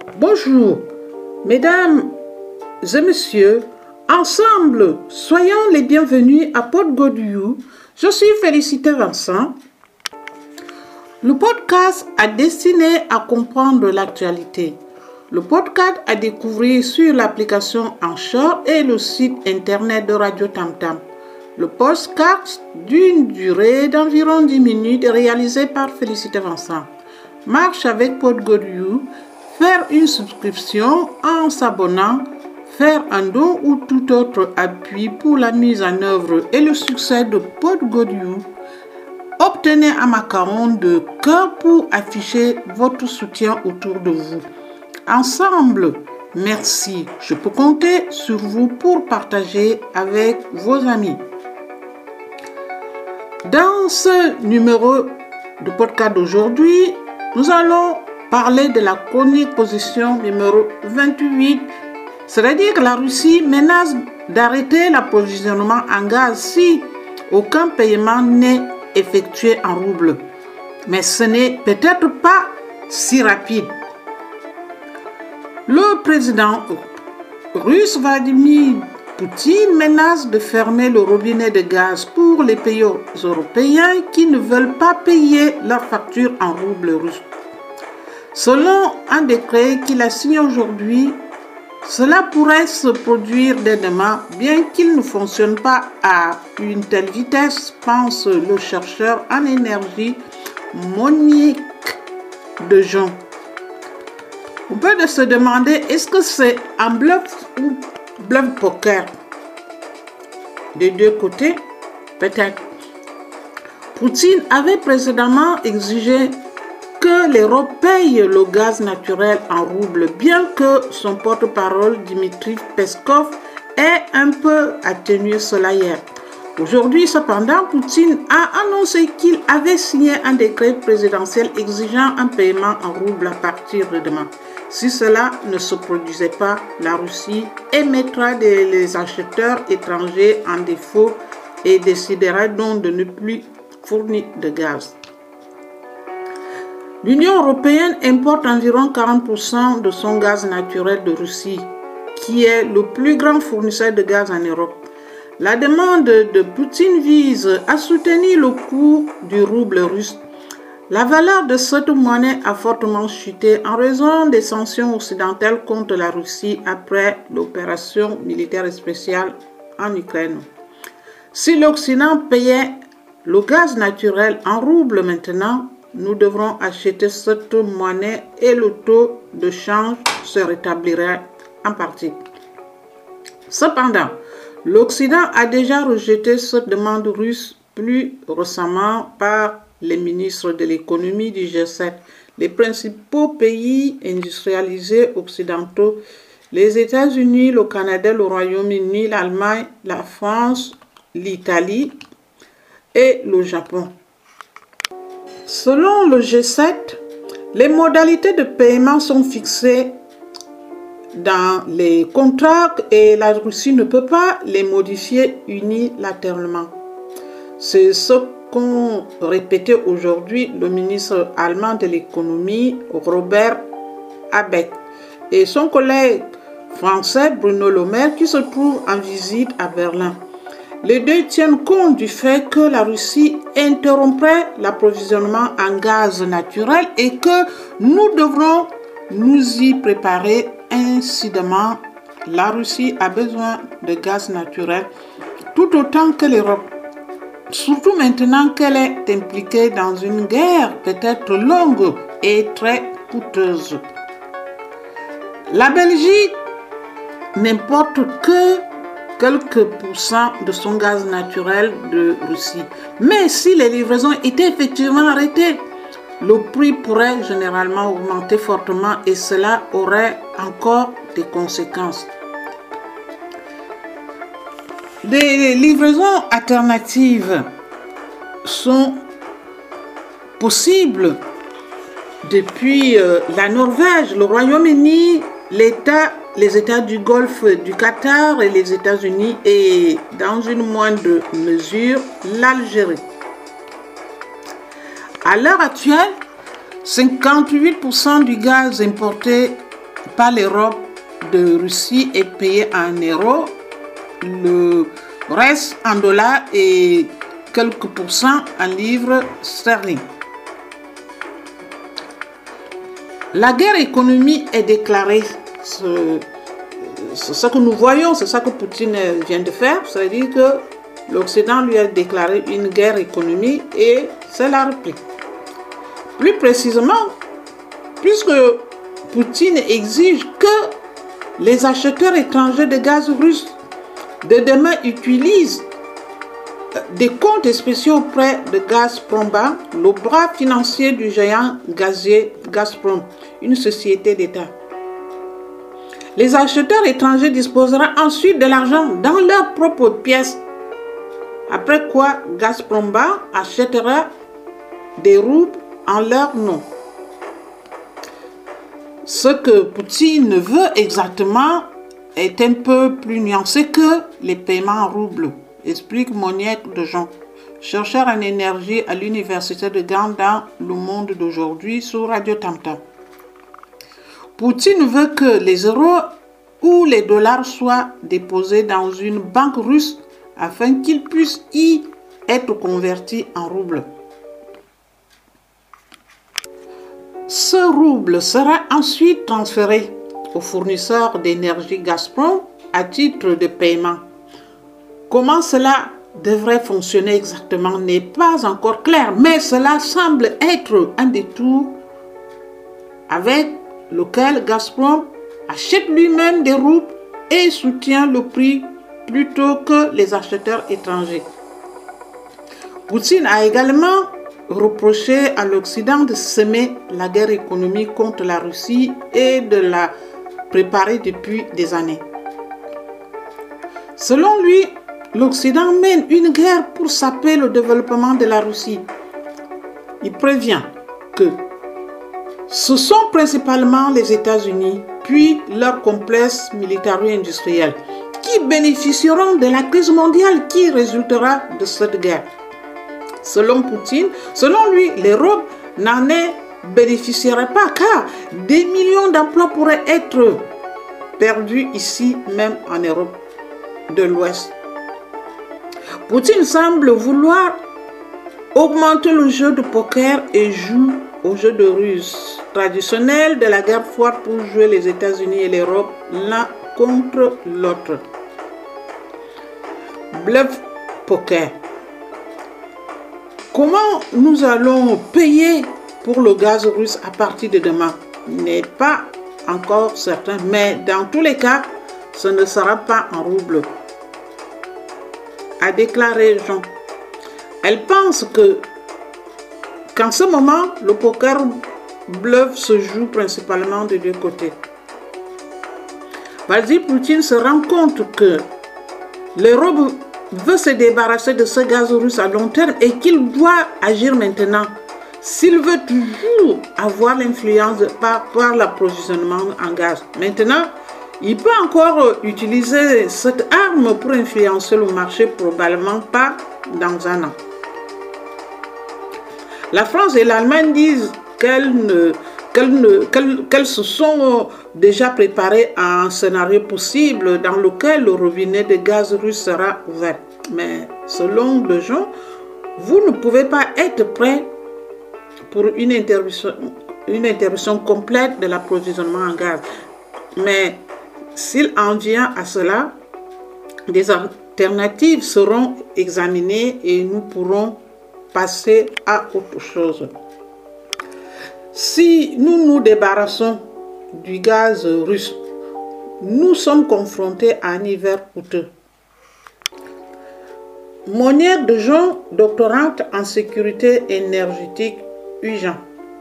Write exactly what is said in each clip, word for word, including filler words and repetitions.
Bonjour, mesdames et messieurs, ensemble, soyons les bienvenus à PodGoDU. Je suis Félicité Vincent. Le podcast est destiné à comprendre l'actualité. Le podcast à découvrir sur l'application Anchor et le site internet de Radio Tam Tam. Le podcast d'une durée d'environ dix minutes est réalisé par Félicité Vincent. Marche avec PodGoDU, faire une subscription en s'abonnant, faire un don ou tout autre appui pour la mise en œuvre et le succès de PodGoDU. Obtenez un macaron de cœur pour afficher votre soutien autour de vous. Ensemble, merci. Je peux compter sur vous pour partager avec vos amis. Dans ce numéro de podcast d'aujourd'hui, nous allons parler de la chronique position numéro vingt-huit, c'est-à-dire que la Russie menace d'arrêter l'approvisionnement en gaz si aucun paiement n'est effectué en roubles. Mais ce n'est peut-être pas si rapide. Le président russe Vladimir Poutine menace de fermer le robinet de gaz pour les pays européens qui ne veulent pas payer leurs factures en roubles russes. Selon un décret qu'il a signé aujourd'hui, cela pourrait se produire dès demain, bien qu'il ne fonctionne pas à une telle vitesse, pense le chercheur en énergie Monique de Jean. On peut se demander, est-ce que c'est un bluff ou bluff poker? Des deux côtés, peut-être. Poutine avait précédemment exigé que l'Europe paye le gaz naturel en roubles, bien que son porte-parole Dmitry Peskov ait un peu atténué cela hier. Aujourd'hui, cependant, Poutine a annoncé qu'il avait signé un décret présidentiel exigeant un paiement en roubles à partir de demain. Si cela ne se produisait pas, la Russie émettra des, les acheteurs étrangers en défaut et décidera donc de ne plus fournir de gaz. L'Union européenne importe environ quarante pour cent de son gaz naturel de Russie, qui est le plus grand fournisseur de gaz en Europe. La demande de Poutine vise à soutenir le cours du rouble russe. La valeur de cette monnaie a fortement chuté en raison des sanctions occidentales contre la Russie après l'opération militaire spéciale en Ukraine. Si l'Occident payait le gaz naturel en rouble maintenant, nous devrons acheter cette monnaie et le taux de change se rétablirait en partie. Cependant, l'Occident a déjà rejeté cette demande russe plus récemment par les ministres de l'économie du G sept, les principaux pays industrialisés occidentaux, les États-Unis, le Canada, le Royaume-Uni, l'Allemagne, la France, l'Italie et le Japon. Selon le G sept, les modalités de paiement sont fixées dans les contrats et la Russie ne peut pas les modifier unilatéralement. C'est ce qu'ont répété aujourd'hui le ministre allemand de l'économie Robert Habeck et son collègue français Bruno Le Maire qui se trouve en visite à Berlin. Les deux tiennent compte du fait que la Russie interromprait l'approvisionnement en gaz naturel et que nous devrons nous y préparer incidemment. La Russie a besoin de gaz naturel tout autant que l'Europe, surtout maintenant qu'elle est impliquée dans une guerre peut-être longue et très coûteuse. La Belgique n'importe que quelques pourcents de son gaz naturel de Russie. Mais si les livraisons étaient effectivement arrêtées, le prix pourrait généralement augmenter fortement et cela aurait encore des conséquences. Des livraisons alternatives sont possibles depuis euh, la Norvège, le Royaume-Uni, l'État, les États du Golfe du Qatar et les États-Unis et dans une moindre mesure l'Algérie. À l'heure actuelle, cinquante-huit pour cent du gaz importé par l'Europe de Russie est payé en euros, le reste en dollars et quelques pourcents en livres sterling. La guerre économique est déclarée. Ce, ce que nous voyons, c'est ça que Poutine vient de faire, c'est-à-dire que l'Occident lui a déclaré une guerre économique et c'est la repris. Plus précisément, puisque Poutine exige que les acheteurs étrangers de gaz russe de demain utilisent des comptes spéciaux auprès de Gazprom, le bras financier du géant gazier Gazprom, une société d'État. Les acheteurs étrangers disposeront ensuite de l'argent dans leurs propres pièces, après quoi Gazprom achètera des roubles en leur nom. Ce que Poutine veut exactement est un peu plus nuancé que les paiements en roubles, explique Monique de Jean, chercheur en énergie à l'université de Gand dans Le Monde d'aujourd'hui sur Radio Tam-Tam. Poutine veut que les euros ou les dollars soient déposés dans une banque russe afin qu'ils puissent y être convertis en roubles. Ce rouble sera ensuite transféré au fournisseur d'énergie Gazprom à titre de paiement. Comment cela devrait fonctionner exactement n'est pas encore clair, mais cela semble être un détour avec lequel Gazprom achète lui-même des roubles et soutient le prix plutôt que les acheteurs étrangers. Poutine a également reproché à l'Occident de semer la guerre économique contre la Russie et de la préparer depuis des années. Selon lui, l'Occident mène une guerre pour saper le développement de la Russie. Il prévient que ce sont principalement les États-Unis, puis leurs complexes militaro-industriels, qui bénéficieront de la crise mondiale qui résultera de cette guerre. Selon Poutine, selon lui, l'Europe n'en bénéficierait pas car des millions d'emplois pourraient être perdus ici, même en Europe de l'Ouest. Poutine semble vouloir augmenter le jeu de poker et joue au jeu de ruse traditionnel de la guerre froide pour jouer les États-Unis et l'Europe l'un contre l'autre. Bluff poker. Comment nous allons payer pour le gaz russe à partir de demain n'est pas encore certain, mais dans tous les cas, ce ne sera pas en roubles, a déclaré Jean. Elle pense que qu'en ce moment, le poker bluff se joue principalement de deux côtés. Vladimir Poutine se rend compte que l'Europe veut se débarrasser de ce gaz russe à long terme et qu'il doit agir maintenant s'il veut toujours avoir l'influence par, par l'approvisionnement en gaz. Maintenant, il peut encore utiliser cette arme pour influencer le marché, probablement pas dans un an. La France et l'Allemagne disent qu'elles ne, qu'elles ne, qu'elles, qu'elles se sont déjà préparées à un scénario possible dans lequel le robinet de gaz russe sera ouvert. Mais selon De Jean, vous ne pouvez pas être prêt pour une interruption, une interruption complète de l'approvisionnement en gaz. Mais s'il en vient à cela, des alternatives seront examinées et nous pourrons passer à autre chose. Si nous nous débarrassons du gaz russe, nous sommes confrontés à un hiver coûteux. Monique de Jean, doctorante en sécurité énergétique, U J A.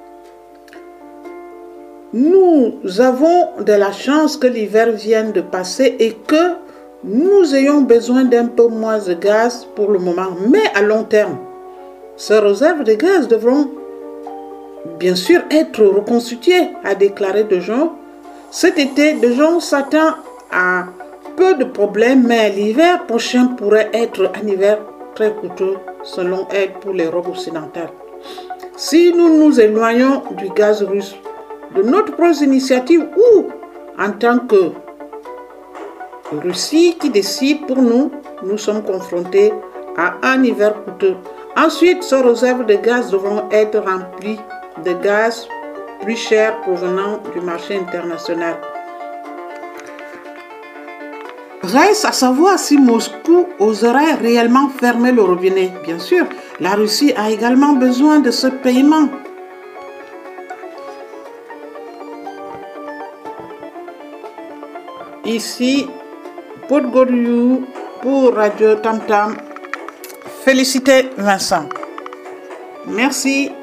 Nous avons de la chance que l'hiver vienne de passer et que nous ayons besoin d'un peu moins de gaz pour le moment, mais à long terme, ces réserves de gaz devront bien sûr être reconstituées, a déclaré De Jean. Cet été, De Jean s'attend à peu de problèmes, mais l'hiver prochain pourrait être un hiver très coûteux, selon elle, pour l'Europe occidentale. Si nous nous éloignons du gaz russe, de notre propre initiative ou en tant que Russie qui décide pour nous, nous sommes confrontés à un hiver coûteux. Ensuite, ces réserves de gaz devront être remplies de gaz plus cher provenant du marché international. Reste à savoir si Moscou oserait réellement fermer le robinet. Bien sûr, la Russie a également besoin de ce paiement. Ici, Podgoriou pour Radio Tam Tam. Félicité Vincent. Merci.